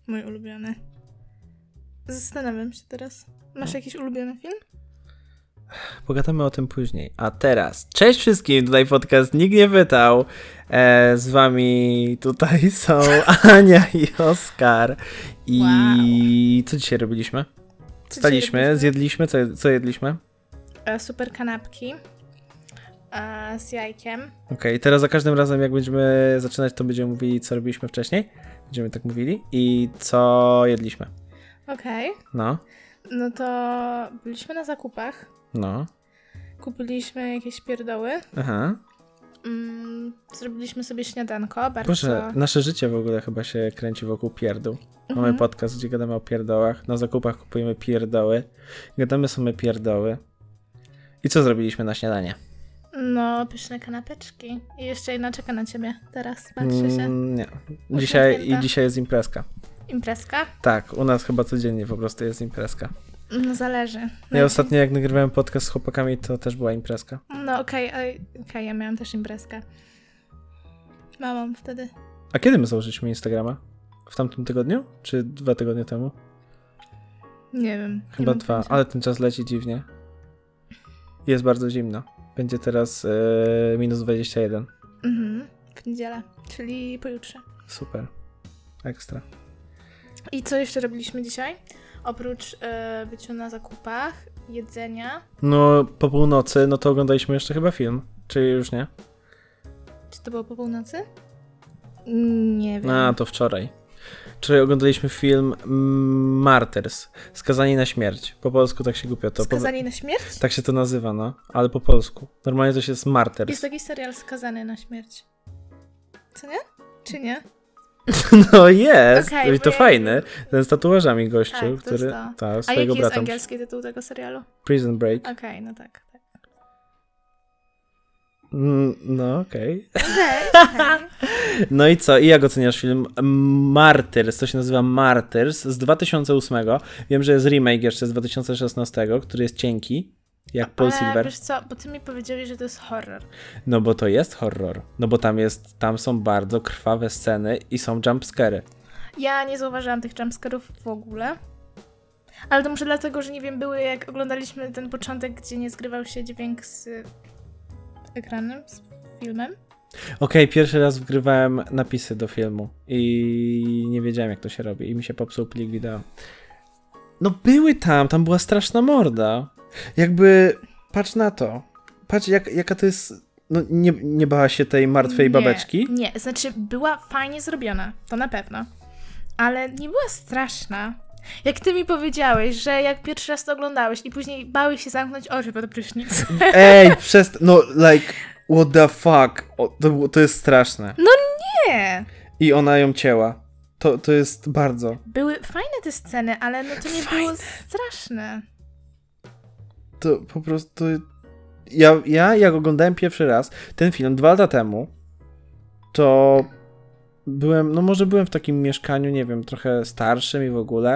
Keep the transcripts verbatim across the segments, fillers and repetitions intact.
mój ulubiony. Zastanawiam się teraz. Masz jakiś ulubiony film? Pogadamy o tym później. A teraz, cześć wszystkim, tutaj podcast Nikt nie pytał. E, z wami tutaj są Ania i Oskar. I wow. Co dzisiaj robiliśmy? Co Staliśmy, dzisiaj zjedliśmy, co, co jedliśmy? E, super kanapki e, z jajkiem. Okej, okay, teraz za każdym razem jak będziemy zaczynać, to będziemy mówili, co robiliśmy wcześniej. Będziemy tak mówili. I co jedliśmy. Okej. Okay. No. No to byliśmy na zakupach. No. Kupiliśmy jakieś pierdoły. Aha. Mm, zrobiliśmy sobie śniadanko. Bardzo... Boże, nasze życie w ogóle chyba się kręci wokół pierdół. Mhm. Mamy podcast, gdzie gadamy o pierdołach. Na zakupach kupujemy pierdoły. Gadamy sobie pierdoły. I co zrobiliśmy na śniadanie? No, pyszne kanapeczki. I jeszcze jedna czeka na ciebie. Teraz patrzy się. Mm, nie. Dzisiaj, I dzisiaj jest imprezka. Imprezka? Tak, u nas chyba codziennie po prostu jest imprezka. No zależy. No ja ostatnio jak nagrywałem podcast z chłopakami, to też była imprezka. No okej, okay, okay, ja miałam też imprezkę. Małam wtedy. A kiedy my założyliśmy Instagrama? W tamtym tygodniu? Czy dwa tygodnie temu? Nie wiem. Chyba nie dwa, pamiętam. Ale ten czas leci dziwnie. Jest bardzo zimno. Będzie teraz yy, minus dwadzieścia jeden. Mhm, w niedzielę, czyli pojutrze. Super. Ekstra. I co jeszcze robiliśmy dzisiaj? Oprócz yy, bycia na zakupach, jedzenia. No, po północy, no to oglądaliśmy jeszcze chyba film. Czy już nie? Czy to było po północy? Nie wiem. A, to wczoraj. Wczoraj oglądaliśmy film Martyrs. Skazani na śmierć. Po polsku tak się głupio to... Skazani po... na śmierć? Tak się to nazywa, no. Ale po polsku. Normalnie to się jest Martyrs. Jest taki serial Skazany na śmierć. Co nie? Czy nie? No jest. Okay, I to ja... fajny. Ten z tatuażami gościu, tak, który... To. Ta, A jaki brata. jest angielski tytuł tego serialu? Prison Break. Okej, okay, no tak. tak. Mm, no okej. Okay. Okay, okay. No i co? I jak oceniasz film Martyrs? To się nazywa Martyrs z dwa tysiące ósmego. Wiem, że jest remake jeszcze z dwa tysiące szesnastego, który jest cienki. Jak Paul Ale Silver. wiesz co, bo ty mi powiedziałeś, że to jest horror. No bo to jest horror. No bo tam jest, tam są bardzo krwawe sceny i są jumpscary. Ja nie zauważyłam tych jumpscarów w ogóle. Ale to może dlatego, że nie wiem, były jak oglądaliśmy ten początek, gdzie nie zgrywał się dźwięk z ekranem, z filmem. Okej, okay, pierwszy raz wgrywałem napisy do filmu i nie wiedziałem, jak to się robi i mi się popsuł plik wideo. No były tam, tam była straszna morda. Jakby, patrz na to. Patrz, jak, jaka to jest... No nie, nie bała się tej martwej nie, babeczki? Nie, znaczy była fajnie zrobiona, to na pewno. Ale nie była straszna. Jak ty mi powiedziałeś, że jak pierwszy raz to oglądałeś i później bałeś się zamknąć oczy pod prysznic. Ej, przez... No, like, what the fuck? O, to, to jest straszne. No nie! I ona ją cięła. To, to jest bardzo... Były fajne te sceny, ale no to nie fajne. Było straszne. To po prostu... Ja, ja jak oglądałem pierwszy raz ten film dwa lata temu, to byłem, no może byłem w takim mieszkaniu, nie wiem, trochę starszym i w ogóle.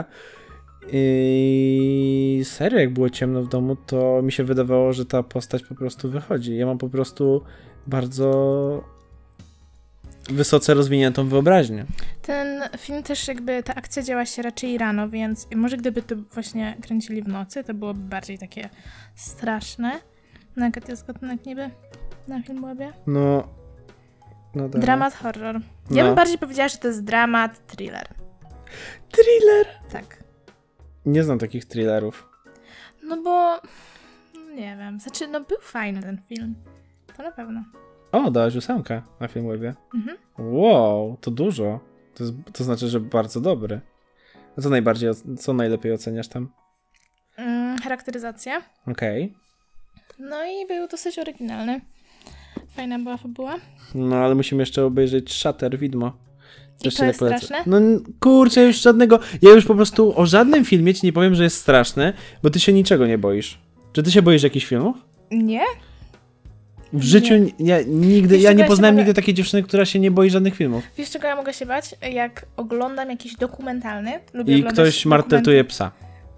I serio, jak było ciemno w domu, to mi się wydawało, że ta postać po prostu wychodzi. Ja mam po prostu bardzo wysoce rozwiniętą wyobraźnię. Ten film też jakby, ta akcja działa się raczej rano, więc może gdyby to właśnie kręcili w nocy, to byłoby bardziej takie straszne. No jaka to jest gatunek niby na Filmwebie? No, no tak. Dramat, horror. Ja no. bym bardziej powiedziała, że to jest dramat, thriller. Thriller? Tak. Nie znam takich thrillerów. No bo, nie wiem, znaczy, no był fajny ten film. To na pewno. O, dałaś ósemkę na Filmwebie. Mhm. Wow, to dużo. To, jest, to znaczy, że bardzo dobry. A co najbardziej, co najlepiej oceniasz tam? Mm, charakteryzacja. Okej. Okay. No i był dosyć oryginalny. Fajna była fabuła. No, ale musimy jeszcze obejrzeć Shutter, Widmo. I to jest straszne? No kurczę, już żadnego... Ja już po prostu o żadnym filmie ci nie powiem, że jest straszny, bo ty się niczego nie boisz. Czy ty się boisz jakichś filmów? Nie. W życiu nie. ja nigdy, Wiesz, ja nie poznałem mogę... nigdy takiej dziewczyny, która się nie boi żadnych filmów. Wiesz, czego ja mogę się bać? Jak oglądam jakiś dokumentalny. Lubię I oglądać ktoś martretuje psa. No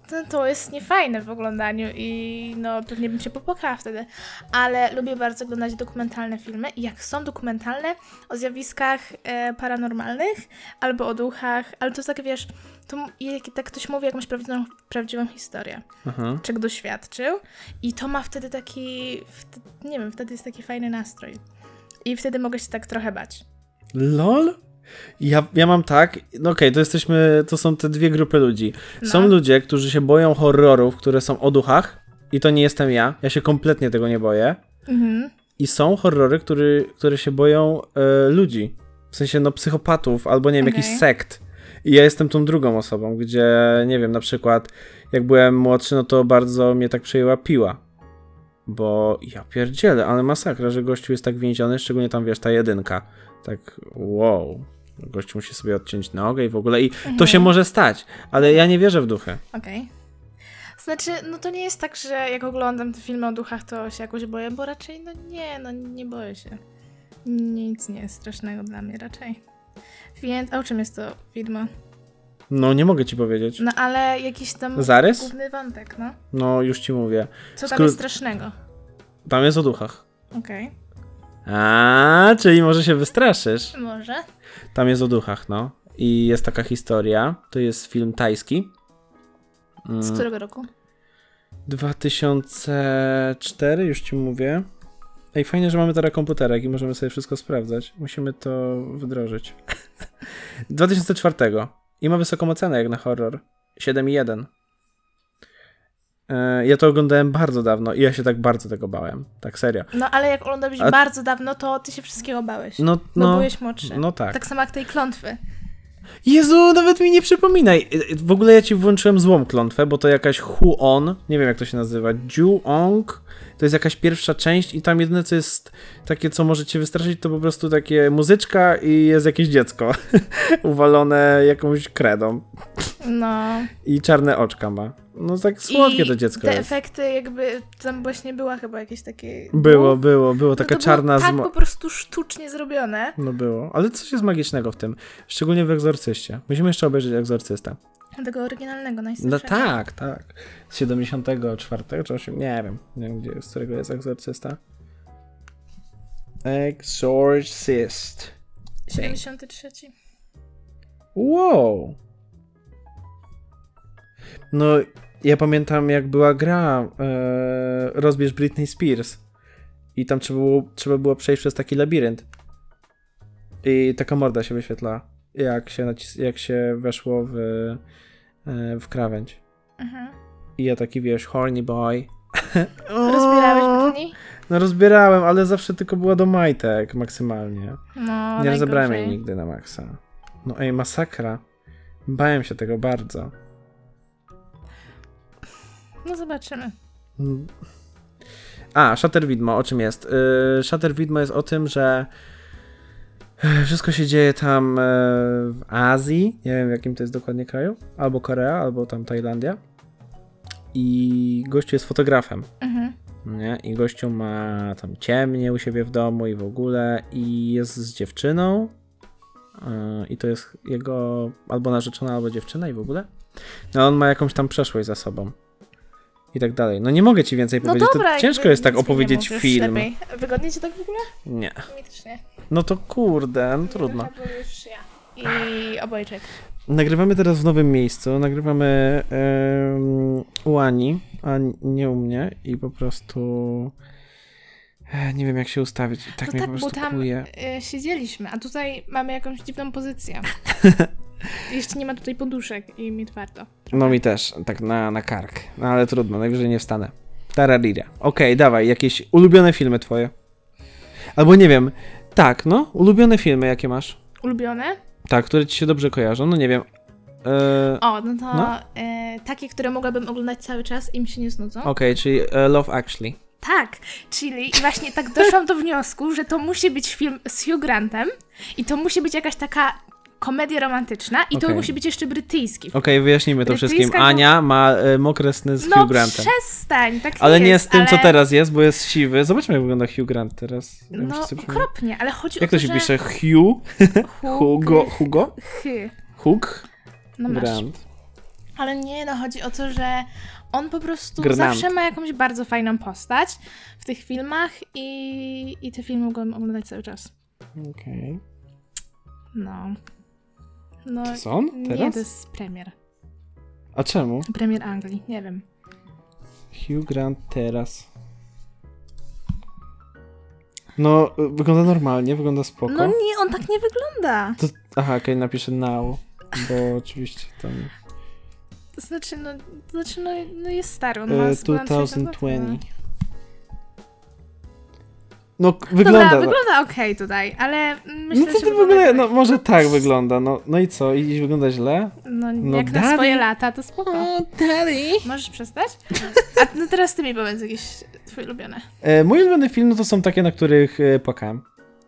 to, to jest niefajne w oglądaniu i no pewnie bym się popłakała wtedy, ale lubię bardzo oglądać dokumentalne filmy i jak są dokumentalne o zjawiskach e, paranormalnych albo o duchach, ale to jest tak, wiesz, to m- jak tak ktoś mówi jakąś prawdziwą, prawdziwą historię, Aha. czego doświadczył i to ma wtedy taki, wtedy, nie wiem, wtedy jest taki fajny nastrój i wtedy mogę się tak trochę bać. LOL? Ja, ja mam tak, no okej, to jesteśmy, to są te dwie grupy ludzi. Są No. ludzie, którzy się boją horrorów, które są o duchach i to nie jestem ja, ja się kompletnie tego nie boję. Mhm. I są horrory, który, które się boją e, ludzi, w sensie no psychopatów albo nie wiem, Okej. jakichś sekt. I ja jestem tą drugą osobą, gdzie nie wiem, na przykład jak byłem młodszy, no to bardzo mnie tak przejęła piła. Bo ja pierdzielę, ale masakra, że gościu jest tak więziony, szczególnie tam, wiesz, ta jedynka. Tak, wow. Gościu musi sobie odciąć nogę i w ogóle. I Mhm. to się może stać, ale ja nie wierzę w duchy. Okej. Znaczy, no to nie jest tak, że jak oglądam te filmy o duchach, to się jakoś boję, bo raczej, no nie, no nie boję się. Nic nie jest strasznego dla mnie raczej. Więc, a o czym jest to widmo? No, nie mogę ci powiedzieć. No ale jakiś tam Zarys? główny wątek, no. No, już ci mówię. Co tam Skró- jest strasznego? Tam jest o duchach. Okej. A, czyli może się wystraszysz. Może. Tam jest o duchach, no. I jest taka historia. To jest film tajski. Mm, Z którego roku? dwa tysiące cztery, już ci mówię. Ej, fajnie, że mamy teraz komputerek i możemy sobie wszystko sprawdzać. Musimy to wdrożyć. dwa tysiące cztery. I ma wysoką ocenę jak na horror. siedem i jeden. E, Ja to oglądałem bardzo dawno i ja się tak bardzo tego bałem. Tak serio. No ale jak oglądałeś A- bardzo dawno, to ty się wszystkiego bałeś. No, No, no, byłeś młodszy. no tak. Tak samo jak tej klątwy. Jezu, nawet mi nie przypominaj. W ogóle ja ci włączyłem złą klątwę, bo to jakaś Hu-On, nie wiem jak to się nazywa, Ju-Ong, to jest jakaś pierwsza część i tam jedyne co jest takie, co może cię wystraszyć, to po prostu takie muzyczka i jest jakieś dziecko uwalone jakąś kredą No. i czarne oczka ma. No tak słodkie I to dziecko te jest. efekty jakby, tam właśnie była chyba jakieś takie... Było, było, było, No taka to czarna... było tak zmo- po prostu sztucznie zrobione. No było, ale coś jest magicznego w tym, szczególnie w Egzorcyście. Musimy jeszcze obejrzeć Egzorcystę. Tego oryginalnego, No najstarszego. tak, tak. Z siedemdziesiątego czwartego czy osiem, nie wiem, nie wiem gdzie, z którego jest Egzorcysta. Exorcist. siedemdziesiąty trzeci. Wow. No, ja pamiętam jak była gra e, Rozbierz Britney Spears i tam trzeba było, trzeba było przejść przez taki labirynt i taka morda się wyświetla, jak się, nacis- jak się weszło w, e, w krawędź. Mhm. I ja taki, wiesz, horny boy. Rozbierałeś Britney? No rozbierałem, ale zawsze tylko była do majtek maksymalnie. No, Nie rozebrałem jej najgorzej. nigdy na maksa. No ej, masakra. Bałem się tego bardzo. No zobaczymy. Mm. A, Shutter Widmo, o czym jest? Yy, Shutter Widmo jest o tym, że yy, wszystko się dzieje tam yy, w Azji. Nie wiem w jakim to jest dokładnie kraju. Albo Korea, albo tam Tajlandia. I gościu jest fotografem. Mhm. Nie? I gościu ma tam ciemnie u siebie w domu i w ogóle i jest z dziewczyną yy, i to jest jego albo narzeczona, albo dziewczyna i w ogóle. No on ma jakąś tam przeszłość za sobą i tak dalej. No nie mogę ci więcej No powiedzieć, dobra, to ciężko jakby jest tak nic mi nie opowiedzieć mów, już film. lepiej. Wygodnie ci tak w ogóle? Nie. Mi też nie. No to kurde, no trudno. Trochę boli już szyja. I obojczyk. Nagrywamy teraz w nowym miejscu, nagrywamy ym, u Ani, a nie u mnie i po prostu e, nie wiem jak się ustawić i tak No mnie tak, po bo prostu tam kuje. y, siedzieliśmy, a tutaj mamy jakąś dziwną pozycję. Jeszcze nie ma tutaj poduszek i mi twardo. No mi też, tak na, na kark. No ale trudno, najwyżej nie wstanę. Tararira. Okej, dawaj, jakieś ulubione filmy twoje. Albo nie wiem, tak, no, ulubione filmy jakie masz? Ulubione? Tak, które ci się dobrze kojarzą, no nie wiem. E, O, no to No. e, takie, które mogłabym oglądać cały czas i mi się nie znudzą. Okej, czyli e, Love Actually. Tak, czyli i właśnie tak doszłam do wniosku, że to musi być film z Hugh Grantem i to musi być jakaś taka komedia romantyczna i to Okej. musi być jeszcze brytyjski. Okej, wyjaśnijmy to Brytyjska wszystkim. to- Ania ma e, mokre sny z No Hugh Grantem. przestań, tak Ale jest, nie z tym, ale... co teraz jest, bo jest siwy. Zobaczmy, jak wygląda Hugh Grant teraz. Ja No muszę sobie przypomnieć. okropnie, ale chodzi Jak o to, to się że... pisze? Hugh? Hugh, Hugo? Hugo? Hy. Hugh? No masz. Grant. Ale nie, no chodzi o to, że on po prostu Granat. zawsze ma jakąś bardzo fajną postać w tych filmach i, i te filmy mogłem oglądać cały czas. Okej. No. No. To jest on Nie, teraz? to jest premier. A czemu? Premier Anglii, nie wiem. Hugh Grant teraz. No, y, wygląda normalnie, wygląda spoko. No nie, on tak nie wygląda. To, aha, okej, napiszę now, bo oczywiście tam... To znaczy, no, to znaczy, no, no jest stary, on ma E, ponad sześćdziesiąt lat, dwadzieścia no. dwadzieścia. No, k- wygląda... Dobra, no. wygląda okej tutaj, ale myślę, No co że ty w ogóle, wygląda no jakoś- może tak wygląda, no, no i co, i wygląda źle? No, no jak na daddy. swoje lata, to spoko. daddy! Możesz przestać? A no teraz ty mi powiedz jakieś twoje ulubione. E, mój ulubiony film, no to są takie, na których e, płakałem.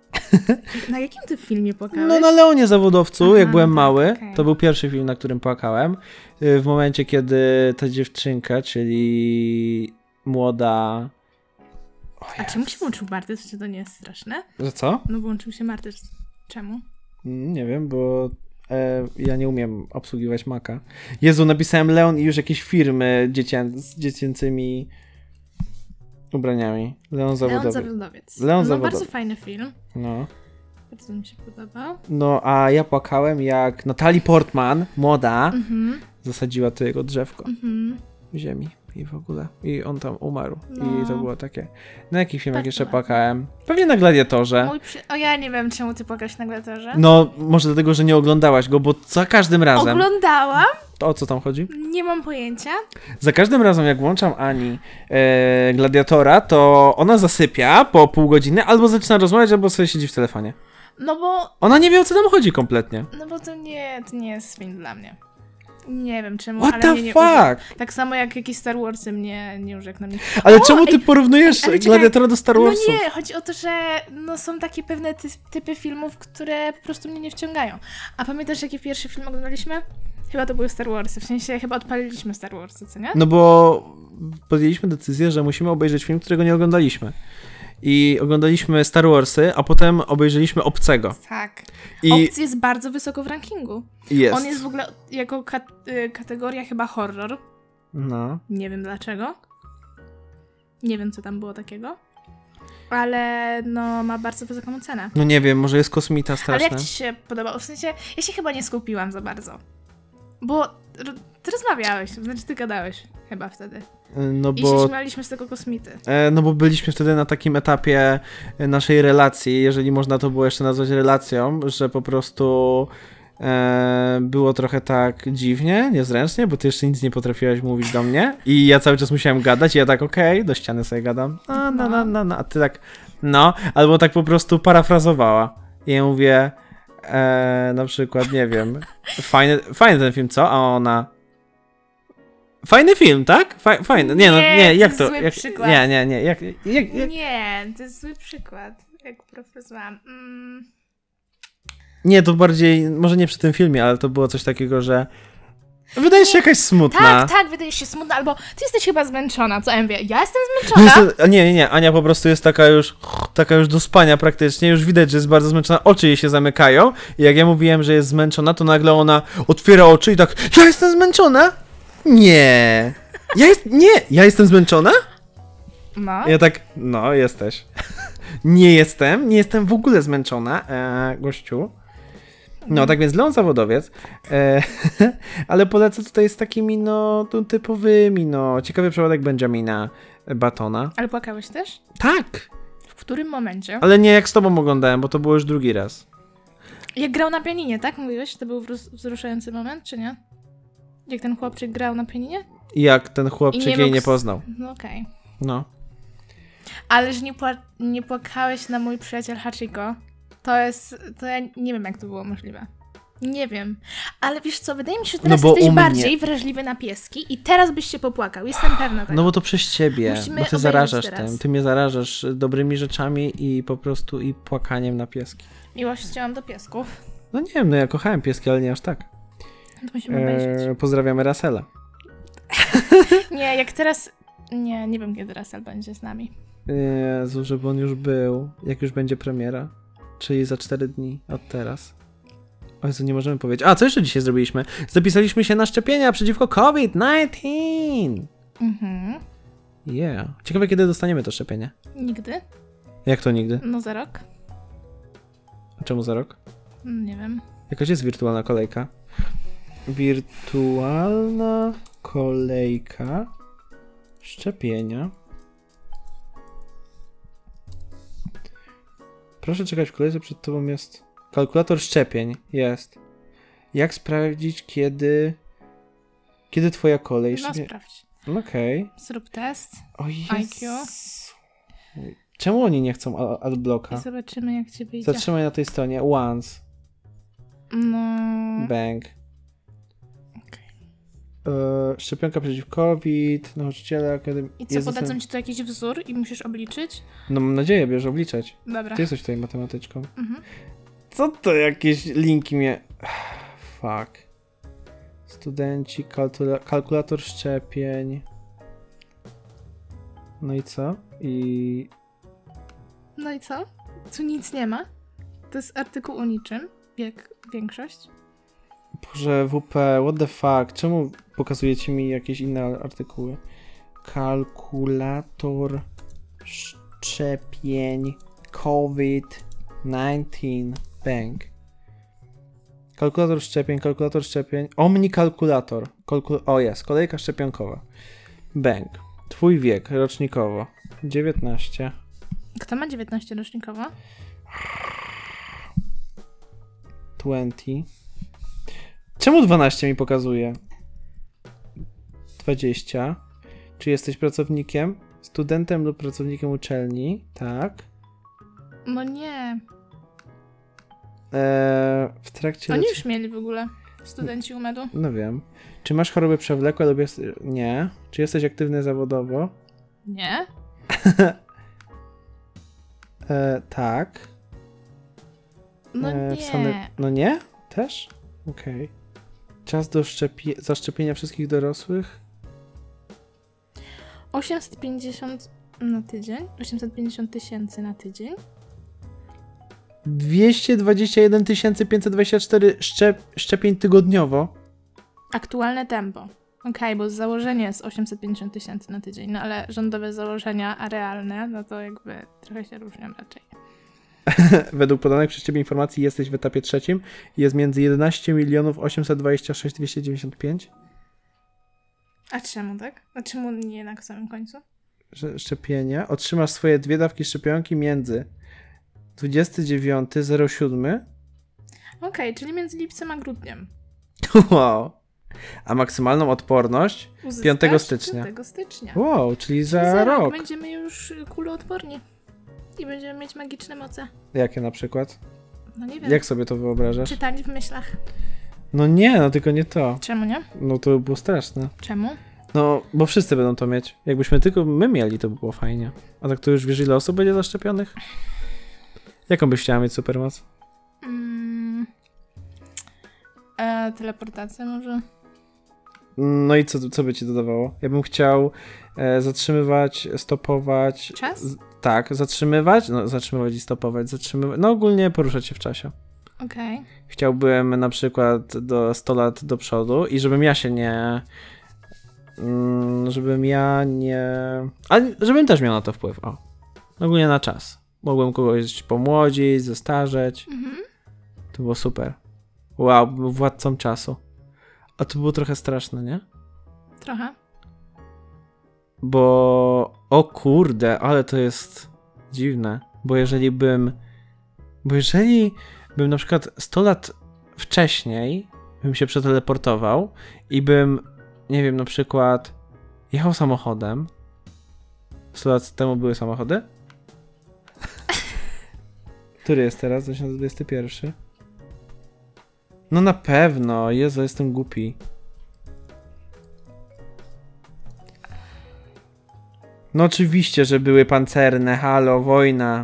Na jakim ty filmie płakałeś? No na Leonie Zawodowcu, Aha, jak byłem tak, mały, okej. to był pierwszy film, na którym płakałem. E, w momencie, kiedy ta dziewczynka, czyli młoda... O A Jezu. czemu się włączył Martyz? Czy to nie jest straszne? Że co? No włączył się Martyz. Czemu? Mm, Nie wiem, bo e, ja nie umiem obsługiwać Maca. Jezu, napisałem Leon i już jakieś firmy dziecię z dziecięcymi ubraniami. Leon Zawodowy. Leon Zawodowiec. Leon no Zawodowy. bardzo fajny film. No. Bardzo mi się podobał. No, a ja płakałem, jak Natalie Portman, młoda, Mhm, zasadziła to jego drzewko mhm. w ziemi i w ogóle. I on tam umarł. No. I to było takie... Na jakich filmach Tak jeszcze było. płakałem? Pewnie na Gladiatorze. Mój przy... O ja nie wiem, czemu ty płakałeś na Gladiatorze. No, może dlatego, że nie oglądałaś go, bo za każdym razem... Oglądałam, To o co tam chodzi? nie mam pojęcia. Za każdym razem, jak włączam Ani e, Gladiatora, to ona zasypia po pół godziny, albo zaczyna rozmawiać, albo sobie siedzi w telefonie. No bo, Ona nie wie, o co tam chodzi kompletnie. no bo to nie, to nie jest film dla mnie. Nie wiem czemu, What ale the mnie nie fuck? urzekł. Tak samo jak jakieś Star Warsy mnie nie urzekł na mnie. Ale O, czemu ty ej, porównujesz ale czekaj. Gladiatora do Star Warsów? No nie, chodzi o to, że no, są takie pewne ty typy filmów, które po prostu mnie nie wciągają. A pamiętasz, jaki pierwszy film oglądaliśmy? Chyba to były Star Warsy, w sensie chyba odpaliliśmy Star Warsy, co nie? No bo podjęliśmy decyzję, że musimy obejrzeć film, którego nie oglądaliśmy. I oglądaliśmy Star Warsy, a potem obejrzeliśmy Obcego. Tak. I Obcy jest bardzo wysoko w rankingu. jest. On jest w ogóle jako kat y, kategoria chyba horror. No. Nie wiem dlaczego. Nie wiem, co tam było takiego. Ale no, ma bardzo wysoką cenę. No nie wiem, może jest kosmita Ale straszna. jak ci się podobało? W sensie, ja się chyba nie skupiłam za bardzo. Bo r- ty rozmawiałeś, znaczy ty gadałeś chyba wtedy. No I bo... się śmialiśmy z tego kosmity. E, No bo byliśmy wtedy na takim etapie naszej relacji, jeżeli można to było jeszcze nazwać relacją, że po prostu e, było trochę tak dziwnie, niezręcznie, bo ty jeszcze nic nie potrafiłaś mówić do mnie i ja cały czas musiałem gadać i ja tak okej, do ściany sobie gadam, no, no, no, no, no, a ty tak, no, albo tak po prostu parafrazowała i ja mówię e, na przykład, nie wiem, fajny, fajny ten film, co? A ona... Fajny film, tak? Fa- fajny. Nie, no, Nie, nie, to jak jest to? zły Jak, przykład. nie, nie, nie. Jak, jak, jak, Nie, to jest zły przykład, jak profesowałam. Mm. nie, to bardziej, może nie przy tym filmie, ale to było coś takiego, że wydaje się jakaś smutna. Tak, tak, wydaje się smutna, albo ty jesteś chyba zmęczona, co ja mówię? Ja jestem No zmęczona. jest, nie, nie, nie, Ania po prostu jest taka już, taka już do spania praktycznie, już widać, że jest bardzo zmęczona, oczy jej się zamykają i jak ja mówiłem, że jest zmęczona, to nagle ona otwiera oczy i tak, ja jestem zmęczona? Nie. Ja jest, nie, ja jestem zmęczona? No. Ja tak, no jesteś. Nie jestem, nie jestem w ogóle zmęczona, e, gościu. No, tak więc Leon Zawodowiec, e, ale polecę tutaj z takimi, no, tu typowymi, no, ciekawy przypadek Benjamina Buttona. Ale płakałeś też? Tak, W którym momencie? ale nie jak z tobą oglądałem, bo to było już drugi raz. Jak grał na pianinie, tak? Mówiłeś? To był wzrus- wzruszający moment, czy nie? Jak ten chłopczyk grał na pianinie? I jak ten I chłopczyk nie jej mógł nie s- poznał. No okej. No. Ale że nie, pła- nie płakałeś na mój przyjaciel Hachiko, to jest... To ja nie wiem, jak to było możliwe. Nie wiem. Ale wiesz co, wydaje mi się, że teraz No bo jesteś u mnie- bardziej wrażliwy na pieski i teraz byś się popłakał. Jestem pewna tego. No bo to przez ciebie, Musimy bo ty obejrzeć zarażasz teraz. tym, ty mnie zarażasz dobrymi rzeczami i po prostu i płakaniem na pieski. Miłością do piesków. No nie wiem, no ja kochałem pieski, ale nie aż tak. To musimy obejrzeć. Eee, pozdrawiamy Rasela. Nie, jak teraz... Nie, nie wiem, kiedy Russell będzie z nami. Jezu, żeby on już był. Jak już będzie premiera? Czyli za cztery dni od teraz. O Jezu, nie możemy powiedzieć. A, co jeszcze dzisiaj zrobiliśmy? Zapisaliśmy się na szczepienia przeciwko COVID dziewiętnaście. Mhm. Yeah. Ciekawe, kiedy dostaniemy to szczepienie. Nigdy? Jak to nigdy? No za rok? Czemu za rok? Nie wiem. Jakaś jest wirtualna kolejka. Wirtualna kolejka szczepienia. Proszę czekać w kolejce, przed tobą jest kalkulator szczepień. Jest. Jak sprawdzić, kiedy kiedy twoja kolej? No Szczepie- sprawdź. Okej. Okay. Zrób test O I Q Jezu. Czemu oni nie chcą a- adblocka? i zobaczymy, jak ci wyjdzie. Zatrzymaj na tej stronie. Once. No... Bang. E, szczepionka przeciw COVID, nauczyciele, akademii. I co, podadzą ci tu jakiś wzór i musisz obliczyć? No mam nadzieję, bierz obliczać. Dobra. Ty jesteś tutaj matematyczką. Mhm. Co to jakieś linki mnie... Fuck. Studenci, kalkula- kalkulator szczepień. No i co? I... No i co? Tu nic nie ma. To jest artykuł o niczym, jak większość. Boże, W P, what the fuck? Czemu pokazujecie mi jakieś inne artykuły? Kalkulator szczepień COVID dziewiętnaście. Bang. Kalkulator szczepień, kalkulator szczepień. Omnikalkulator. Kalkul- o jest, kolejka szczepionkowa. Bang. Twój wiek rocznikowo. dziewiętnaście. Kto ma dziewiętnaście rocznikowo? dwadzieścia. Czemu dwanaście mi pokazuje? dwadzieścia. Czy jesteś pracownikiem? Studentem lub pracownikiem uczelni? Tak. No nie. Eee, w trakcie... Oni lec- już mieli w ogóle. Studenci umedu. No wiem. Czy masz choroby przewlekłe lub jest... Nie. Czy jesteś aktywny zawodowo? Nie? Eee, tak. No Eee, w nie. sane- No nie? Też? Okej. Czas do szczepie- zaszczepienia wszystkich dorosłych? osiemset pięćdziesiąt na tydzień? osiemset pięćdziesiąt tysięcy na tydzień? dwieście dwadzieścia jeden tysięcy pięćset dwadzieścia cztery szczep- szczepień tygodniowo. Aktualne tempo. Okej, bo założenie jest osiemset pięćdziesiąt tysięcy na tydzień, no ale rządowe założenia, a realne, no to jakby trochę się różnią raczej. Według podanych przez Ciebie informacji jesteś w etapie trzecim i jest między jedenaście milionów osiemset dwadzieścia sześć tysięcy dwieście dziewięćdziesiąt pięć. A czemu tak? A czemu nie na samym końcu? Że szczepienia. Otrzymasz swoje dwie dawki szczepionki między dwudziestego dziewiątego zero siedem. Okej, czyli między lipcem a grudniem. Wow. A maksymalną odporność Uzyskasz piątego stycznia. piątego stycznia. Wow, czyli za, Za rok. rok będziemy już kuloodporni. I będziemy mieć magiczne moce. Jakie na przykład? No nie wiem. Jak sobie to wyobrażasz? Czytali w myślach. No nie, no tylko nie to. Czemu nie? No to by było straszne. Czemu? No, bo wszyscy będą to mieć. Jakbyśmy tylko my mieli, to by było fajnie. A tak to już wiesz, ile osób będzie zaszczepionych? Jaką byś chciała mieć supermoc? Mm. E, teleportacja może? No i co, co by ci dodawało? Ja bym chciał e, zatrzymywać, stopować... Czas? Z, tak, zatrzymywać, no zatrzymywać i stopować, zatrzymywać, no ogólnie poruszać się w czasie. Okej. Okay. Chciałbym na przykład do sto lat do przodu i żebym ja się nie... Mm, żebym ja nie... Ale żebym też miał na to wpływ, o. Ogólnie na czas. Mogłem kogoś pomłodzić, zestarzeć. Mhm. To było super. Wow, był władcą czasu. A to było trochę straszne, nie? Trochę. Bo... O kurde, ale to jest dziwne. Bo jeżeli bym... Bo jeżeli bym na przykład sto lat wcześniej bym się przeteleportował i bym, nie wiem, na przykład jechał samochodem. sto lat temu były samochody? Który jest teraz? dwa tysiące dwudziesty pierwszy. No na pewno. Jezu, jestem głupi. No oczywiście, że były pancerne. Halo, wojna.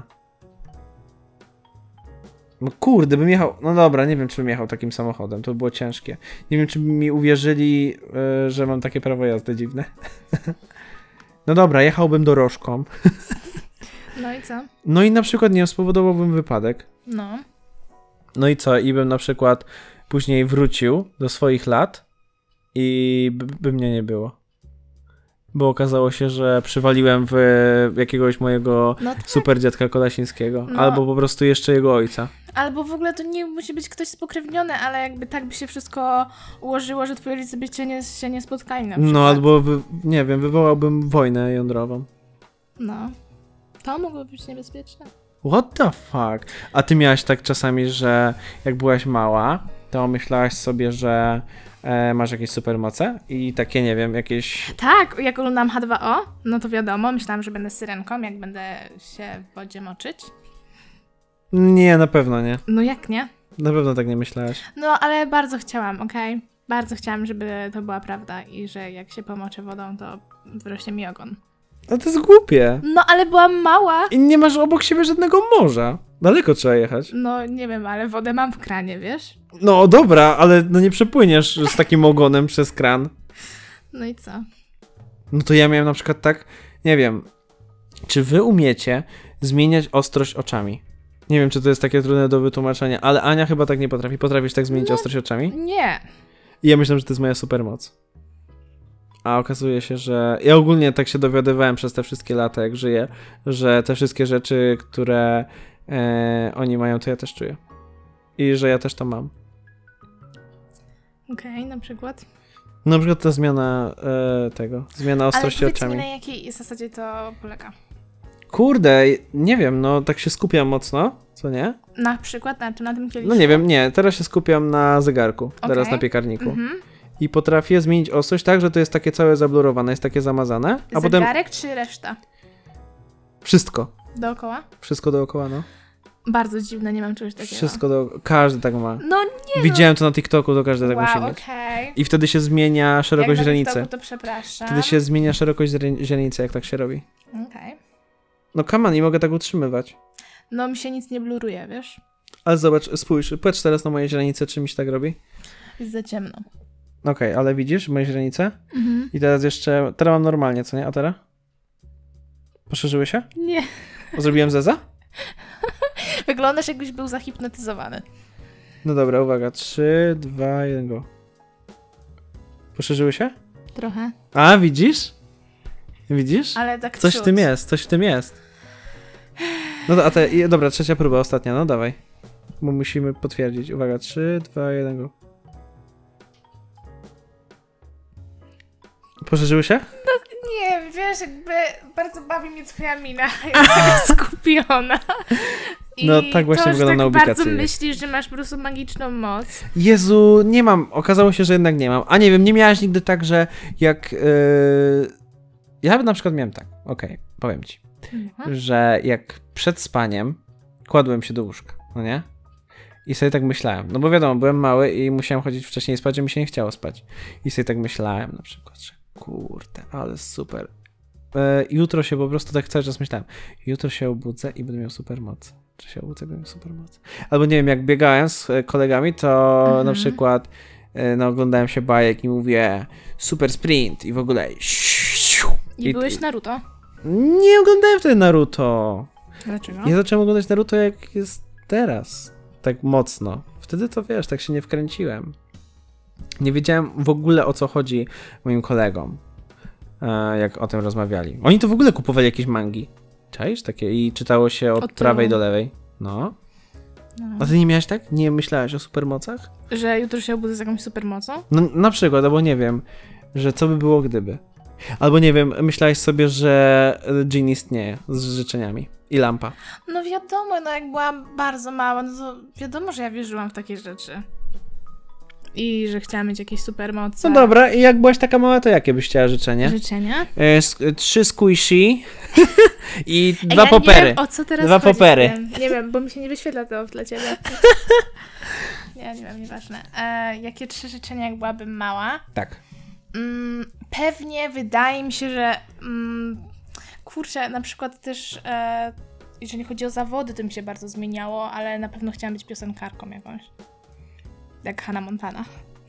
No kurde, bym jechał... No dobra, nie wiem, czy bym jechał takim samochodem. To by było ciężkie. Nie wiem, czy by mi uwierzyli, yy, że mam takie prawo jazdy dziwne. No dobra, jechałbym dorożką. No i co? No i na przykład, nie wiem, spowodowałbym wypadek. No. No i co? I bym na przykład później wrócił do swoich lat i by, by mnie nie było. Bo okazało się, że przywaliłem w jakiegoś mojego No tak. super dziadka Kolasińskiego. No. Albo po prostu jeszcze jego ojca. Albo w ogóle to nie musi być ktoś spokrewniony, ale jakby tak by się wszystko ułożyło, że twoi rodzice by cię nie, się nie spotkali na przykład. No albo, wy, nie wiem, wywołałbym wojnę jądrową. No. To mogło być niebezpieczne. What the fuck? A ty miałaś tak czasami, że jak byłaś mała, to myślałaś sobie, że e, masz jakieś supermoce i takie, nie wiem, jakieś... Tak, jak oglądam H dwa O, no to wiadomo, myślałam, że będę syrenką, jak będę się w wodzie moczyć. Nie, na pewno nie. No jak nie? Na pewno tak nie myślałaś. No, ale bardzo chciałam, okej? Bardzo chciałam, żeby to była prawda i że jak się pomoczę wodą, to wyrośnie mi ogon. No to jest głupie. No, ale byłam mała. I nie masz obok siebie żadnego morza. Daleko trzeba jechać. No, nie wiem, ale wodę mam w kranie, wiesz? No dobra, ale no nie przepłyniesz z takim ogonem przez kran. No i co? No to ja miałem na przykład tak, nie wiem, czy wy umiecie zmieniać ostrość oczami? Nie wiem, czy to jest takie trudne do wytłumaczenia, ale Ania chyba tak nie potrafi. Potrafisz tak zmienić No. ostrość oczami? Nie. I ja myślę, że to jest moja supermoc. A okazuje się, że... Ja ogólnie tak się dowiadywałem przez te wszystkie lata, jak żyję, że te wszystkie rzeczy, które e, oni mają, to ja też czuję. I że ja też to mam. Okej, okay, na przykład. Na przykład ta zmiana e, tego, zmiana ostrości Ale oczami. powiedz mi, na jakiej zasadzie to polega? Kurde, nie wiem, no tak się skupiam mocno, co nie? Na przykład na czym? Na tym kieliszku? No nie wiem, nie, teraz się skupiam na zegarku, Okay. teraz na piekarniku. Mhm. I potrafię zmienić ostrość tak, że to jest takie całe zablurowane, jest takie zamazane, a potem Zegarek czy reszta? wszystko, Dookoła? wszystko dookoła, no. Bardzo dziwne, nie mam czegoś takiego. Wszystko dookoła, każdy tak ma. No nie Widziałem to na TikToku, to każdy tak wow, musi mieć. okej. I wtedy się zmienia szerokość Jak na źrenicy. TikToku, to przepraszam. Wtedy się zmienia szerokość źre- źrenicy, jak tak się robi. Okej. No come on, nie mogę tak utrzymywać. No mi się nic nie bluruje, wiesz? Ale zobacz, spójrz, patrz teraz na moje źrenice, czy mi się tak robi. Jest za ciemno. Okej, okay, ale widzisz moje źrenice? Mhm. I teraz jeszcze, teraz mam normalnie, co nie? A teraz? Poszerzyły się? Nie. Zrobiłem zeza? Wyglądasz, jakbyś był zahipnotyzowany. No dobra, uwaga. trzy, dwa, jeden, go. Poszerzyły się? Trochę. A, widzisz? Widzisz? Ale tak Coś w ciut. tym jest, coś w tym jest. No to, a te, i- dobra, trzecia próba, ostatnia, no dawaj. Bo musimy potwierdzić. Uwaga, trzy, dwa, jeden, go. Poszerzyły się? Nie, wiesz, jakby bardzo bawi mnie twoja mina. Jestem skupiona. I No, tak właśnie to, wygląda że na tak ubikacji. bardzo myślisz, że masz po prostu magiczną moc. Jezu, nie mam. Okazało się, że jednak nie mam. A nie wiem, nie miałaś nigdy tak, że jak... Yy... Ja na przykład miałem tak, okej, okay, powiem ci. Mhm. Że jak przed spaniem kładłem się do łóżka, no nie? I sobie tak myślałem, no bo wiadomo, byłem mały i musiałem chodzić wcześniej spać, a mi się nie chciało spać. I sobie tak myślałem na przykład, że kurde, ale super. E, jutro się po prostu tak cały czas myślałem, jutro się obudzę i będę miał super moc. Czy się obudzę, będę miał super moc. Albo nie wiem, jak biegałem z e, kolegami, to Mhm. na przykład e, no, oglądałem się bajek i mówię super sprint i w ogóle I, I- byłeś Naruto. nie oglądałem wtedy Naruto. Dlaczego? Ja zacząłem oglądać Naruto jak jest teraz. Tak mocno. Wtedy to wiesz, tak się nie wkręciłem. Nie wiedziałem w ogóle o co chodzi moim kolegom, e, jak o tym rozmawiali. Oni to w ogóle kupowali jakieś mangi. Czaisz? Takie i czytało się od, Od tyłu. prawej do lewej. No. No. A ty nie miałeś tak? Nie myślałeś o supermocach? Że jutro się obudzę z jakąś supermocą? No na przykład, albo nie wiem, że co by było gdyby. Albo nie wiem, myślałeś sobie, że dżin istnieje z życzeniami. I lampa. No wiadomo, no jak byłam bardzo mała, no to wiadomo, że ja wierzyłam w takie rzeczy. I że chciałam mieć jakieś supermoce. No dobra, i jak byłaś taka mała, to jakie byś chciała życzenie? Życzenia? E, sk- trzy squishy i Ej, dwa ja popery. Nie wiem, o co teraz Dwa chodzi z popery. tym. Nie wiem, bo mi się nie wyświetla to dla ciebie. Nie, nie wiem, nieważne. E, jakie trzy życzenia, jak byłabym mała? Tak. Mm, pewnie wydaje mi się, że mm, kurczę, na przykład też e, jeżeli chodzi o zawody, to mi się bardzo zmieniało, ale na pewno chciałam być piosenkarką jakąś. Jak Hannah Montana.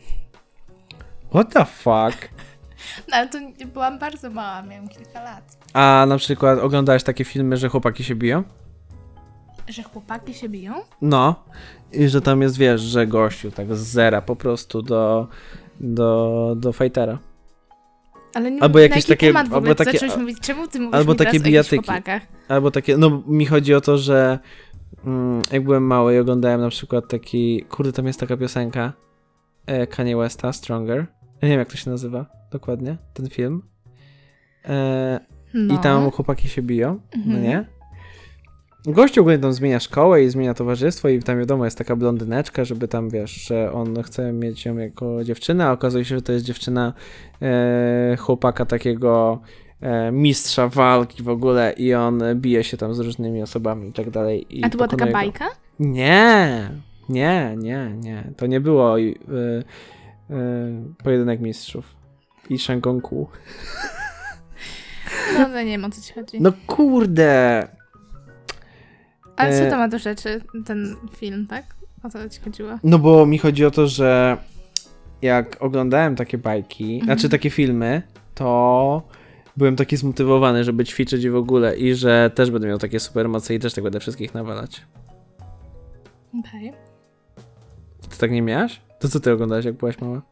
What the fuck? No ale to nie- byłam bardzo mała, miałam kilka lat. A na przykład oglądałeś takie filmy, że chłopaki się biją? Że chłopaki się biją? No. I że tam jest, wiesz, że gościu tak z zera po prostu do, do, do fightera. Ale nie Albo na jakieś jaki takie- temat w albo ogóle takie- zacząłeś mówić? Czemu ty mówisz albo mi takie teraz o jakichś bijatyki. chłopakach? Albo takie, no mi chodzi o to, że mm, jak byłem mały i oglądałem na przykład taki, kurde, tam jest taka piosenka e, Kanye Westa, Stronger. Ja nie wiem, jak to się nazywa dokładnie, ten film. E, No. I tam chłopaki się biją, no Mhm. nie? Gościu ogólnie tam zmienia szkołę i zmienia towarzystwo i tam wiadomo jest taka blondyneczka, żeby tam, wiesz, że on chce mieć ją jako dziewczynę, a okazuje się, że to jest dziewczyna e, chłopaka takiego e, mistrza walki w ogóle i on bije się tam z różnymi osobami i tak dalej. I A to była taka pokonuje go. bajka? Nie, nie, nie, nie. To nie było y, y, pojedynek mistrzów i Shangonku. No, no nie wiem, o co ci chodzi. No kurde! Ale e- co to ma do rzeczy, ten film, tak? O co ci chodziło? No bo mi chodzi o to, że jak oglądałem takie bajki, Mhm. znaczy takie filmy, to byłem taki zmotywowany, żeby ćwiczyć i w ogóle i że też będę miał takie supermoce i też tak będę wszystkich nawalać. Okej. Ty tak nie miałaś? To co ty oglądałeś, jak byłaś mała?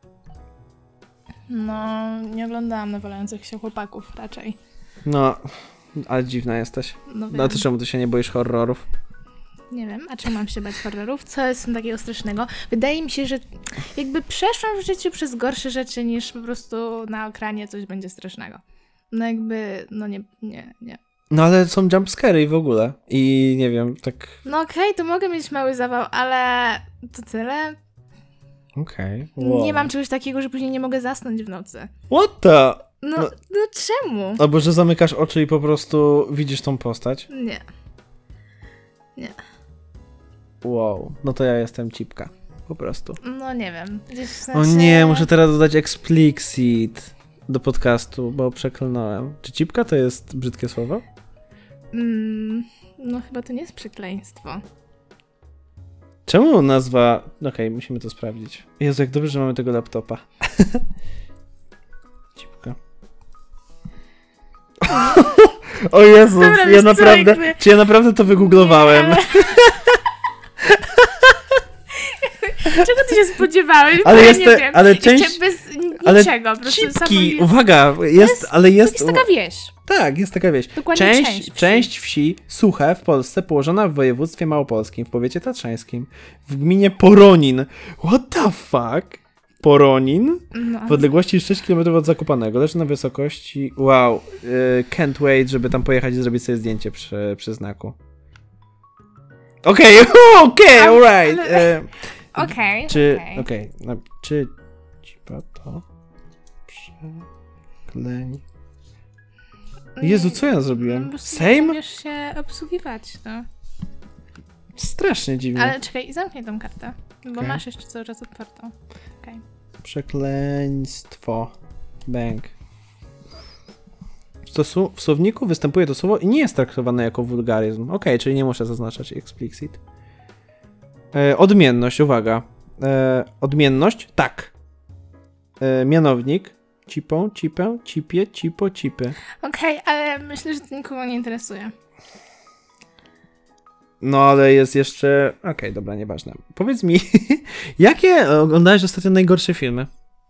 No, nie oglądałam nawalających się chłopaków raczej. No, ale dziwna jesteś. No, wiem. No to czemu ty się nie boisz horrorów? Nie wiem, a czemu mam się bać horrorów? Co jest w tym takiego strasznego? Wydaje mi się, że jakby przeszłam w życiu przez gorsze rzeczy niż po prostu na ekranie coś będzie strasznego. No jakby, no nie, nie, nie. No ale są jumpscary i w ogóle. I nie wiem, tak... No okej, to mogę mieć mały zawał, ale to tyle. Okej. Nie mam czegoś takiego, że później nie mogę zasnąć w nocy. What the... No, No. no czemu? Albo, że zamykasz oczy i po prostu widzisz tą postać. Nie. Wow. No to ja jestem cipka. Po prostu. No nie wiem. Gdzieś w O sensie... nie, muszę teraz dodać explicit do podcastu, bo przeklnąłem. Czy cipka to jest brzydkie słowo? Mm, no chyba to nie jest przekleństwo. Czemu nazwa... Okej, musimy to sprawdzić. Jezu, jak dobrze, że mamy tego laptopa. Cipka. O Jezu, Dobra, ja wiesz co, naprawdę... jakby- Czy ja naprawdę to wygooglowałem? Nie, ale... Czego ty się spodziewałeś? Ale Bo ja jest nie te- wiem. ale Jeszcze część- bez ale niczego. Po prostu Cipki, samo... uwaga, jest, jest- ale To jest... jest taka wieś. Tak, jest taka wieś. Dokładnie Część, część wsi. część wsi Suche w Polsce położona w województwie małopolskim, w powiecie tatrzańskim, w gminie Poronin. What the fuck? Poronin? No, W odległości sześć kilometrów od Zakopanego, leży na wysokości... Wow, y, can't wait, żeby tam pojechać i zrobić sobie zdjęcie przy, przy znaku. Okej, okej, Ale- alright. ale- y, Okej, Czy... okej. Okej, no, czy... Cipa to... Przekleń... Jezu, co ja No, zrobiłem? po prostu nie Sejm? umiesz się obsługiwać, no. Strasznie dziwnie. Ale czekaj, zamknij tą kartę, bo Okej. masz jeszcze cały czas otwartą. Okej. Przekleństwo. Bęk. W, stosu- w słowniku występuje to słowo i nie jest traktowane jako wulgaryzm. Okej, czyli nie muszę zaznaczać explicit. E, odmienność, uwaga. E, odmienność? Tak. E, mianownik. Cipą, cipę, cipie, cipo, cipy. Okej, ale myślę, że to nikogo nie interesuje. No, ale jest jeszcze... Okej, dobra, nieważne. Powiedz mi, jakie oglądałeś ostatnio najgorsze filmy?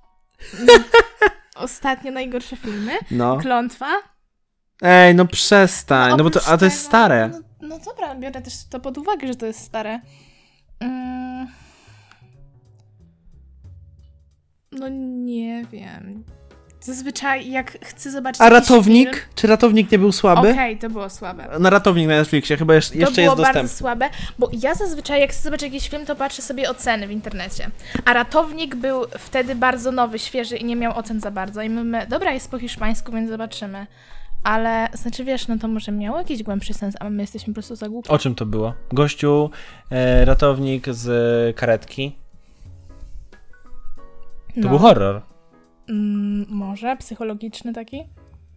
Ostatnio najgorsze filmy. No. Klątwa. Ej, no przestań, no, bo to, oprócz a to jest tego- stare. No, no dobra, biorę też to pod uwagę, że to jest stare. Mm. No nie wiem. Zazwyczaj jak chcę zobaczyć A jakiś ratownik? film... Czy ratownik nie był słaby? Okej, to było słabe. Na ratownik na Netflixie chyba jeszcze, To jeszcze było jest bardzo dostępny. słabe, bo ja zazwyczaj jak chcę zobaczyć jakiś film, to patrzę sobie oceny w internecie. A ratownik był wtedy bardzo nowy, świeży i nie miał ocen za bardzo. I my, my dobra, jest po hiszpańsku, więc zobaczymy. Ale, znaczy wiesz, no to może miało jakiś głębszy sens, a my jesteśmy po prostu za głupi. O czym to było? Gościu, e, ratownik z karetki. To No. był horror. Mm, może, psychologiczny taki?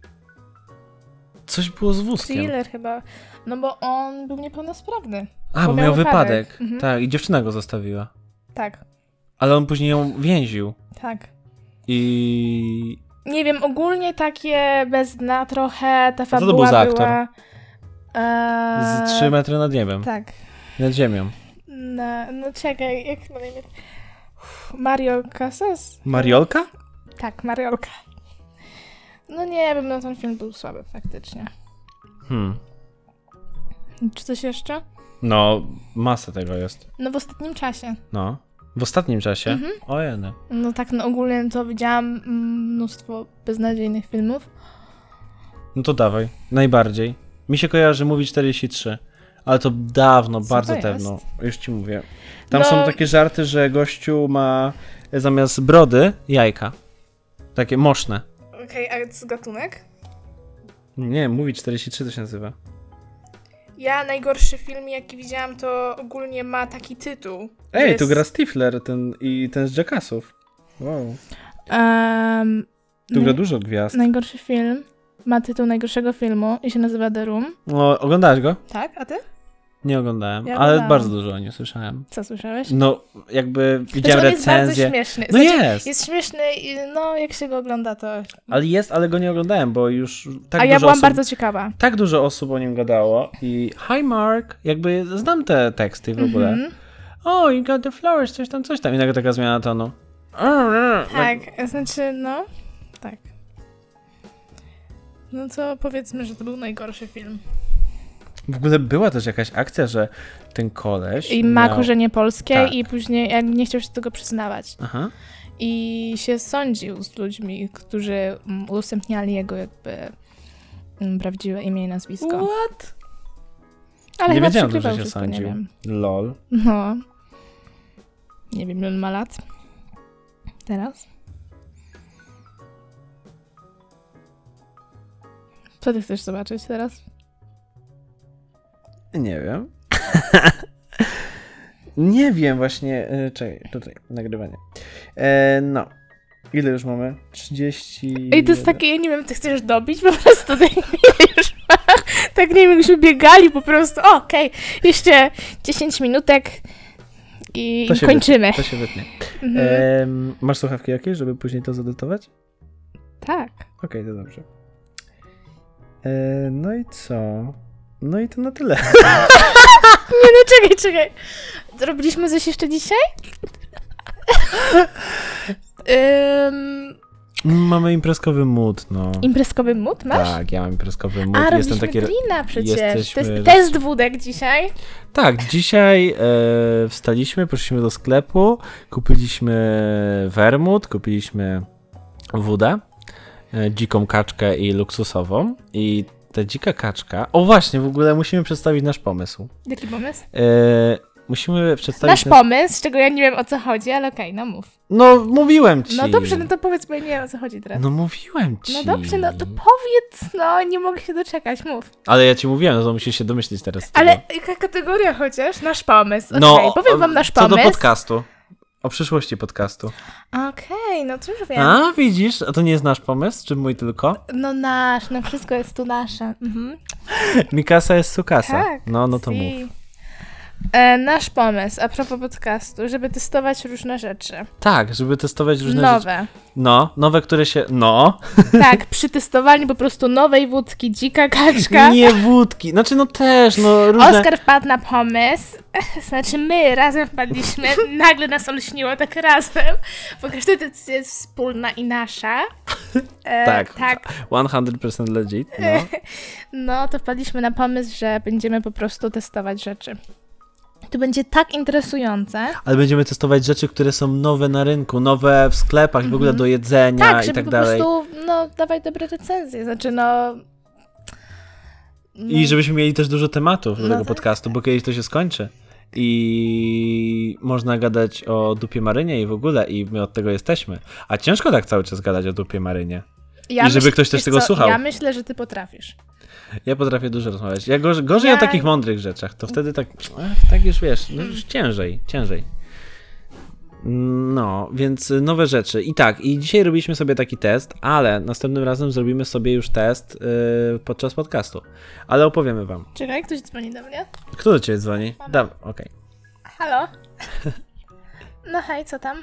Coś było z wózkiem. Thriller chyba. No bo on był niepełnosprawny. A, bo bo miał miał wypadek. wypadek. Mhm. Tak, i dziewczyna go zostawiła. Tak, Ale on później ją więził. tak. I... Nie wiem, ogólnie takie bez dna trochę, ta to był fabuła za aktor? była... Eee, Z trzy metry nad niebem. Tak. Nad ziemią. No, no czekaj, jak ma na imię? Mario Casas? Mariolka? Tak, Mariolka. No nie wiem, no ten film był słaby faktycznie. Hmm. Czy coś jeszcze? No, masa tego jest. No w ostatnim czasie. No. W ostatnim czasie? Mhm. O jeny. No tak, no ogólnie to widziałam mm, mnóstwo beznadziejnych filmów. No to dawaj. Najbardziej. Mi się kojarzy Movie czterdzieści trzy. Ale to dawno, Co bardzo to dawno. jest? Już ci mówię. Tam No- są takie żarty, że gościu ma zamiast brody jajka. Takie moszne. Okej, okay, a co gatunek? Nie, Movie czterdzieści trzy to się nazywa. Ja najgorszy film, jaki widziałam, to ogólnie ma taki tytuł. Ej, jest... tu gra Stifler ten, i ten z Jackassów. Wow. Um, Tu gra dużo gwiazd. Najgorszy film ma tytuł najgorszego filmu i się nazywa The Room. No, oglądałeś go? Tak, a ty? Nie oglądałem, Ja ale oglądałam. bardzo dużo o nim słyszałem. Co słyszałeś? No, jakby Znaczy, widziałem on jest bardzo recenzję. śmieszny. No Znaczy, jest. Jest śmieszny i no jak się go ogląda, to... Ale jest, ale go nie oglądałem, bo już tak a dużo ja byłam osób, bardzo ciekawa. tak dużo osób o nim gadało i hi Mark, jakby znam te teksty w ogóle. Mhm. Oh, you got the flowers, coś tam, coś tam. I nagle taka zmiana tonu. Tak, znaczy, no, tak. No to powiedzmy, że to był najgorszy film. W ogóle była też jakaś akcja, że ten koleś I ma miał... korzenie polskie Tak. i później jak nie chciał się tego przyznawać. Aha. I się sądził z ludźmi, którzy mm, udostępniali jego jakby mm, prawdziwe imię i nazwisko. What? Ale nie chyba wiedziałem, że przykrywał się wszystko, sądził. nie wiem. Lol. No. Nie wiem, ile on ma lat. Teraz. Co ty chcesz zobaczyć teraz? Nie wiem. nie wiem właśnie. E, czekaj, tutaj, nagrywanie. E, no. Ile już mamy? trzydzieści. Ej, to jest takie, ja nie wiem, ty chcesz dobić po prostu, tak nie już tak nie wiem, jakbyśmy biegali po prostu, o, okej, jeszcze dziesięć minutek i To się kończymy. To się wytnie. Mhm. E, masz słuchawki jakieś, żeby później to zadytować? Tak. Okej, to dobrze. E, no i co? No i to na tyle. Nie, no czekaj, czekaj. Zrobiliśmy coś jeszcze dzisiaj? Ym, Mamy imprezkowy mood, no. imprezkowy mood masz? Tak, ja mam imprezkowy mood. A, Jestem robiliśmy taki... drina przecież. jesteśmy To jest roz- test wódek dzisiaj. Tak, dzisiaj e, wstaliśmy, poszliśmy do sklepu, kupiliśmy wermut, kupiliśmy wódę, e, dziką kaczkę i luksusową. I ta dzika kaczka... O właśnie, w ogóle musimy przedstawić nasz pomysł. Jaki pomysł? E, musimy przedstawić... Nasz pomysł, z czego ja nie wiem o co chodzi, ale okej, no mów. No, mówiłem ci. No dobrze, no to powiedz, bo ja nie wiem o co chodzi teraz. No mówiłem ci. No dobrze, no to powiedz, no nie mogę się doczekać, mów. Ale ja ci mówiłem, no to musisz się domyślić teraz. z tego. Ale jaka kategoria chociaż? Nasz pomysł, okej, No, powiem wam nasz co pomysł. do podcastu. O przyszłości podcastu. Okej, no to już wiem. A, widzisz? A to nie jest nasz pomysł, czy mój tylko? No nasz, no wszystko jest tu nasze. Mhm. Mikasa jest sukasa. Tak. No, no to si. mów. E, nasz pomysł a propos podcastu, żeby testować różne rzeczy. Tak, żeby testować różne rzeczy. Nowe. No, nowe, które się... No. Tak, przy testowaniu po prostu nowej wódki, dzika kaczka. Nie wódki. Znaczy, no też, no różne... Oskar wpadł na pomysł, znaczy my razem wpadliśmy, nagle nas olśniło tak razem, bo każda decyzja jest wspólna i nasza. E, Tak. tak. sto procent legit, no. No, to wpadliśmy na pomysł, że będziemy po prostu testować rzeczy. To będzie tak interesujące. Ale będziemy testować rzeczy, które są nowe na rynku, nowe w sklepach, w ogóle do jedzenia Tak, i żeby tak po dalej. prostu, no, dawać dobre recenzje, znaczy no... I żebyśmy mieli też dużo tematów do No tego tak, podcastu, bo kiedyś to się skończy. I można gadać o dupie Marynie i w ogóle, i my od tego jesteśmy. A ciężko tak cały czas gadać o dupie Marynie. Ja I żeby myśl- ktoś też wiesz tego co, słuchał. Ja myślę, że ty potrafisz. Ja potrafię dużo rozmawiać. Ja gorzej, gorzej Ja- o takich mądrych rzeczach, to wtedy tak, ach, tak już wiesz, no już ciężej, ciężej. No, więc nowe rzeczy. I tak, i dzisiaj robiliśmy sobie taki test, ale następnym razem zrobimy sobie już test yy, podczas podcastu. Ale opowiemy wam. Czekaj, ktoś dzwoni do mnie. Kto do ciebie dzwoni? Dam, okej. Halo? No hej, co tam?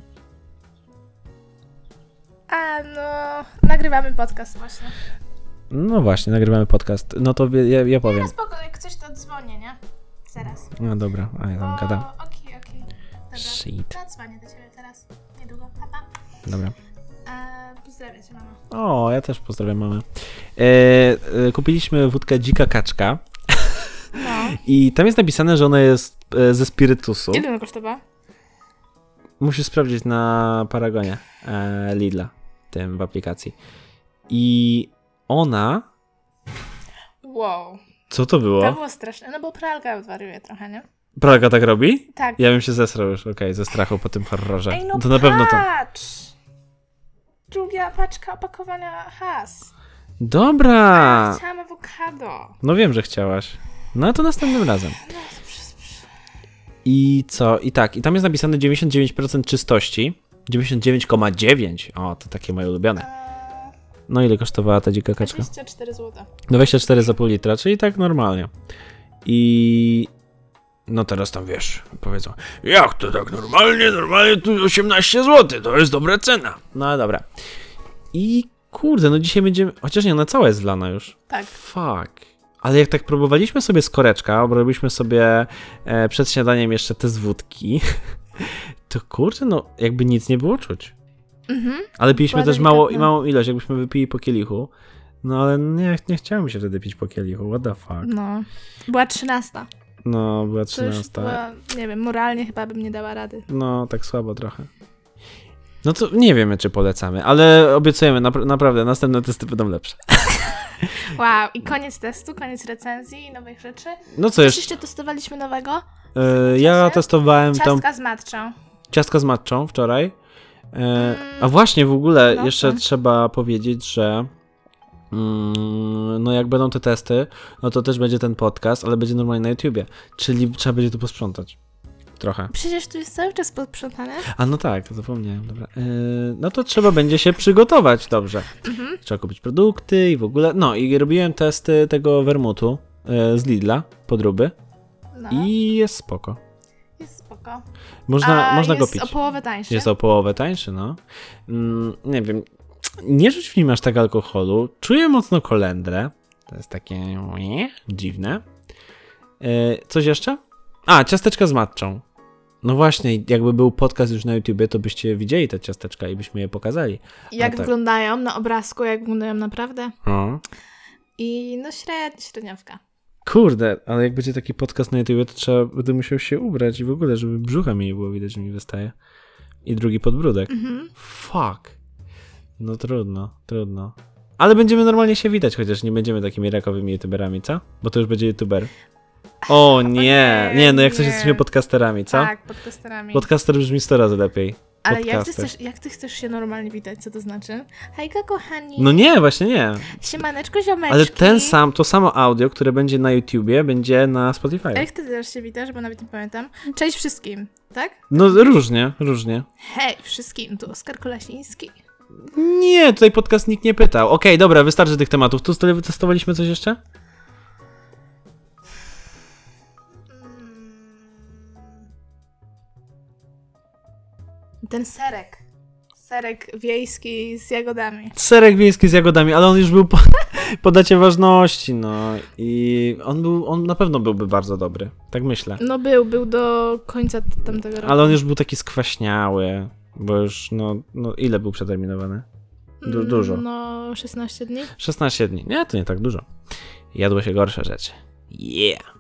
A, no... Nagrywamy podcast właśnie. No właśnie, nagrywamy podcast. No to wie- ja, ja powiem. No spoko, jak coś to dzwonię, nie? Zaraz. No dobra, a ja tam O, gadam. Okej, okej. Dobra. Shit. To dzwonię do ciebie teraz. Niedługo. Pa, pa. Dobra. Eee, pozdrawiam cię, mama. O, ja też pozdrawiam mamę. E, e, kupiliśmy wódkę Dzika Kaczka No. i tam jest napisane, że ona jest e, ze spirytusu. Ile ona kosztowała? Musisz sprawdzić na Paragonie e, Lidla, tym w aplikacji. I ona... Wow. Co to było? To było straszne. No bo pralka wariuje trochę, nie? Pralka tak robi? Tak. Ja bym się zesrał już, okej, ze strachu po tym horrorze. Ej, no to na pewno to. patrz! Druga paczka opakowania has. Dobra! Chciałam awokado. No wiem, że chciałaś. No to następnym razem. I co? I tak, i tam jest napisane dziewięćdziesiąt dziewięć procent czystości. dziewięćdziesiąt dziewięć przecinek dziewięć. O, to takie moje ulubione. Eee, No ile kosztowała ta dzika kaczka? dwadzieścia cztery złote. dwadzieścia cztery za pół litra, czyli tak normalnie. I... No teraz tam wiesz, powiedzą, jak to tak normalnie? Normalnie tu osiemnaście złotych, to jest dobra cena. No ale dobra. I kurde, no dzisiaj będziemy... Chociaż nie, ona cała jest wlana już. Tak. Fuck. Ale jak tak próbowaliśmy sobie z koreczka, bo robiliśmy sobie e, przed śniadaniem jeszcze te z wódki, to kurde, no jakby nic nie było czuć. Mhm. Ale piliśmy Była też mało, delikatna. małą ilość, jakbyśmy wypili po kielichu. No ale nie, nie chciałem się wtedy pić po kielichu, what the fuck. No. Była trzynasta. No, była To już trzynasta. była, nie wiem, moralnie chyba bym nie dała rady. No, tak słabo trochę. No to nie wiemy, czy polecamy, ale obiecujemy, napra- naprawdę, następne testy będą lepsze. Wow, i koniec testu, koniec recenzji i nowych rzeczy. No co Coś jeszcze? jeszcze testowaliśmy nowego? E, ja testowałem tam Ciastka z matczą. ciastka z matczą wczoraj. E, a właśnie w ogóle no, jeszcze tak. trzeba powiedzieć, że mm, no jak będą te testy, no to też będzie ten podcast, ale będzie normalnie na YouTubie. Czyli trzeba będzie tu posprzątać. Trochę. Przecież tu jest cały czas posprzątane. A no tak, zapomniałem, dobra. E, no to trzeba będzie się przygotować dobrze. Mhm. Trzeba kupić produkty i w ogóle. No i robiłem testy tego wermutu e, z Lidla, podróby No, i jest spoko. jest spoko. Można, A można jest go pić. o połowę tańszy. Jest o połowę tańszy, no. Mm, nie wiem, nie rzuć w nim aż tak alkoholu. Czuję mocno kolendrę. To jest takie nie, dziwne. E, coś jeszcze? A, ciasteczka z matczą. No właśnie, jakby był podcast już na YouTubie, to byście widzieli te ciasteczka i byśmy je pokazali. Jak A tak. wyglądają na obrazku, jak wyglądają naprawdę. O. I no średnia, średniawka. Kurde, ale jak będzie taki podcast na YouTubie, to trzeba, będę musiał się ubrać i w ogóle, żeby brzucha mi nie było widać, że mi wystaje. I drugi podbródek. Mhm. Fuck. No trudno, trudno. Ale będziemy normalnie się witać, chociaż nie będziemy takimi rakowymi youtuberami, co? Bo to już będzie youtuber. O nie, nie, nie, no jak coś nie. jesteśmy podcasterami, co? Tak, podcasterami. Podcaster brzmi sto razy lepiej. Ale jak ty, podcaster. chcesz, jak ty chcesz się normalnie witać, co to znaczy? Hejka, kochani. No nie, właśnie nie. Siemaneczko, ziomeczki. Ale ten sam, to samo audio, które będzie na YouTubie, będzie na Spotify. A jak ty też się witasz, bo nawet nie pamiętam. Cześć wszystkim, tak? No różnie, różnie. Hej wszystkim, tu Oskar Kolasiński. Nie, tutaj podcast nikt nie pytał. Okej, dobra, wystarczy tych tematów. Tu stale wytestowaliśmy coś jeszcze? Ten serek. Serek wiejski z jagodami. Serek wiejski z jagodami, ale on już był po, po dacie ważności, no. I on był, on na pewno byłby bardzo dobry. Tak myślę. No był, był do końca t- tamtego roku. Ale on już był taki skwaśniały, bo już, no, no ile był przeterminowany? Du- Mm, dużo. No, szesnaście dni. szesnaście dni. Nie, to nie tak dużo. Jadło się gorsze rzeczy. Yeah.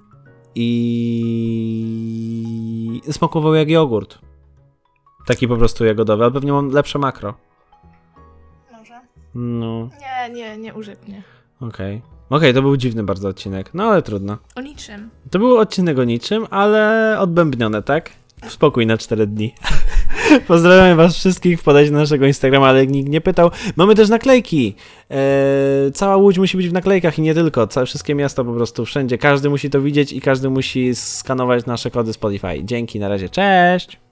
I smakował jak jogurt. Taki po prostu jagodowy, ale pewnie mam lepsze makro. Może. No, Nie, nie, nie użytnie. okej. Okej, to był dziwny bardzo odcinek, no ale trudno. O niczym. To był odcinek o niczym, ale odbębnione, tak? W spokój na cztery dni. Pozdrawiam was wszystkich, wpadajcie na naszego Instagrama, ale nikt nie pytał. Mamy też naklejki. Eee, cała Łódź musi być w naklejkach i nie tylko. Całe, wszystkie miasta po prostu, wszędzie. Każdy musi to widzieć i każdy musi skanować nasze kody Spotify. Dzięki, na razie, cześć!